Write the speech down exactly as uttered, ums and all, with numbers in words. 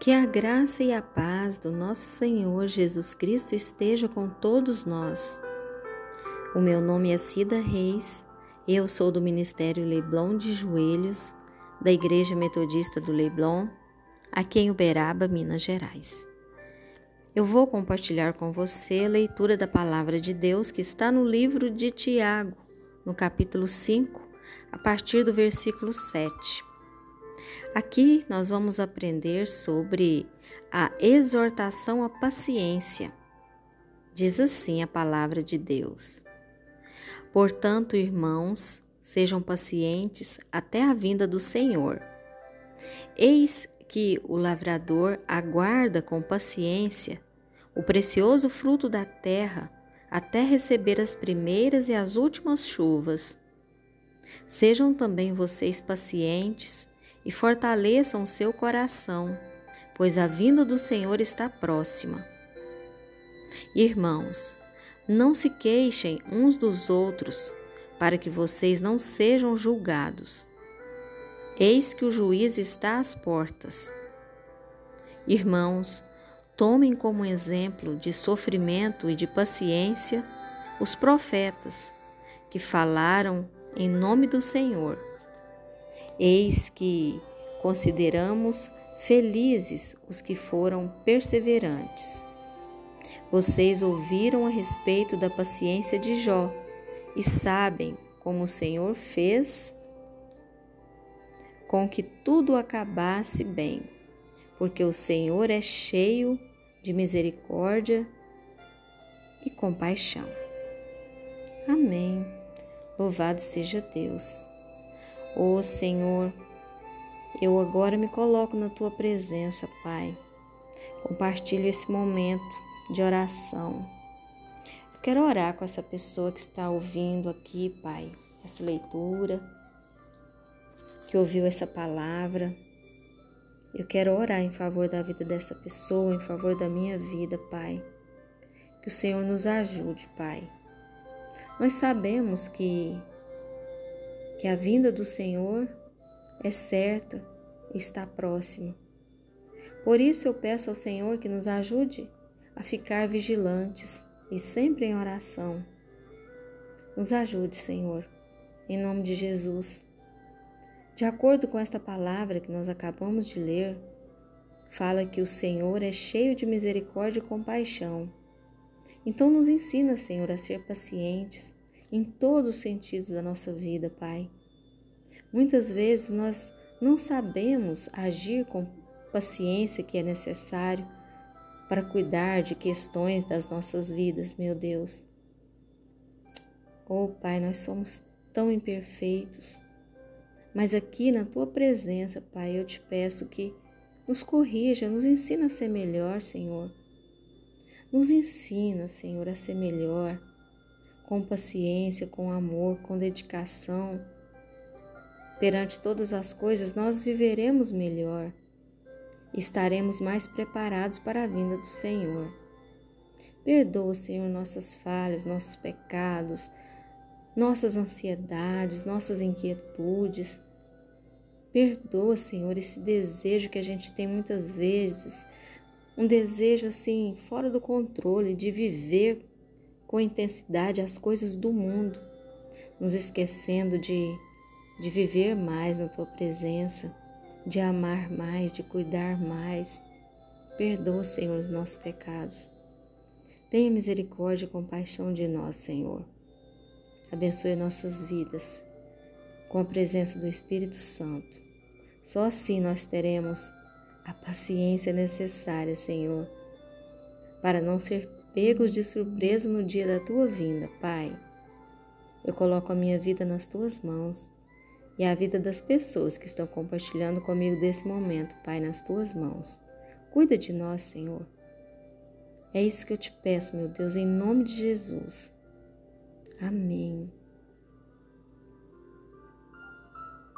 Que a graça e a paz do nosso Senhor Jesus Cristo esteja com todos nós. O meu nome é Cida Reis, eu sou do Ministério Leblon de Joelhos, da Igreja Metodista do Leblon, aqui em Uberaba, Minas Gerais. Eu vou compartilhar com você a leitura da Palavra de Deus que está no livro de Tiago, no capítulo cinco, a partir do versículo sete. Aqui nós vamos aprender sobre a exortação à paciência. Diz assim a palavra de Deus: Portanto, irmãos, sejam pacientes até a vinda do Senhor. Eis que o lavrador aguarda com paciência o precioso fruto da terra até receber as primeiras e as últimas chuvas. Sejam também vocês pacientes e fortaleçam seu coração, pois a vinda do Senhor está próxima. Irmãos, não se queixem uns dos outros, para que vocês não sejam julgados. Eis que o juiz está às portas. Irmãos, tomem como exemplo de sofrimento e de paciência os profetas que falaram em nome do Senhor. Eis que consideramos felizes os que foram perseverantes. Vocês ouviram a respeito da paciência de Jó e sabem como o Senhor fez com que tudo acabasse bem, porque o Senhor é cheio de misericórdia e compaixão. Amém. Louvado seja Deus. Ó Senhor, eu agora me coloco na Tua presença, Pai. Compartilho esse momento de oração. Eu quero orar com essa pessoa que está ouvindo aqui, Pai, essa leitura, que ouviu essa palavra. Eu quero orar em favor da vida dessa pessoa, em favor da minha vida, Pai. Que o Senhor nos ajude, Pai. Nós sabemos que que a vinda do Senhor é certa e está próxima. Por isso eu peço ao Senhor que nos ajude a ficar vigilantes e sempre em oração. Nos ajude, Senhor, em nome de Jesus. De acordo com esta palavra que nós acabamos de ler, fala que o Senhor é cheio de misericórdia e compaixão. Então nos ensina, Senhor, a ser pacientes em todos os sentidos da nossa vida, Pai. Muitas vezes nós não sabemos agir com paciência que é necessário para cuidar de questões das nossas vidas, meu Deus. Oh, Pai, nós somos tão imperfeitos, mas aqui na Tua presença, Pai, eu te peço que nos corrija, nos ensina a ser melhor, Senhor. Nos ensina, Senhor, a ser melhor, com paciência, com amor, com dedicação. Perante todas as coisas, nós viveremos melhor. Estaremos mais preparados para a vinda do Senhor. Perdoa, Senhor, nossas falhas, nossos pecados, nossas ansiedades, nossas inquietudes. Perdoa, Senhor, esse desejo que a gente tem muitas vezes, um desejo assim, fora do controle, de viver com intensidade as coisas do mundo, nos esquecendo de, de viver mais na Tua presença, de amar mais, de cuidar mais. Perdoa, Senhor, os nossos pecados. Tenha misericórdia e compaixão de nós, Senhor. Abençoe nossas vidas com a presença do Espírito Santo. Só assim nós teremos a paciência necessária, Senhor, para não ser pegos de surpresa no dia da Tua vinda, Pai. Eu coloco a minha vida nas Tuas mãos e a vida das pessoas que estão compartilhando comigo desse momento, Pai, nas Tuas mãos. Cuida de nós, Senhor. É isso que eu te peço, meu Deus, em nome de Jesus. Amém.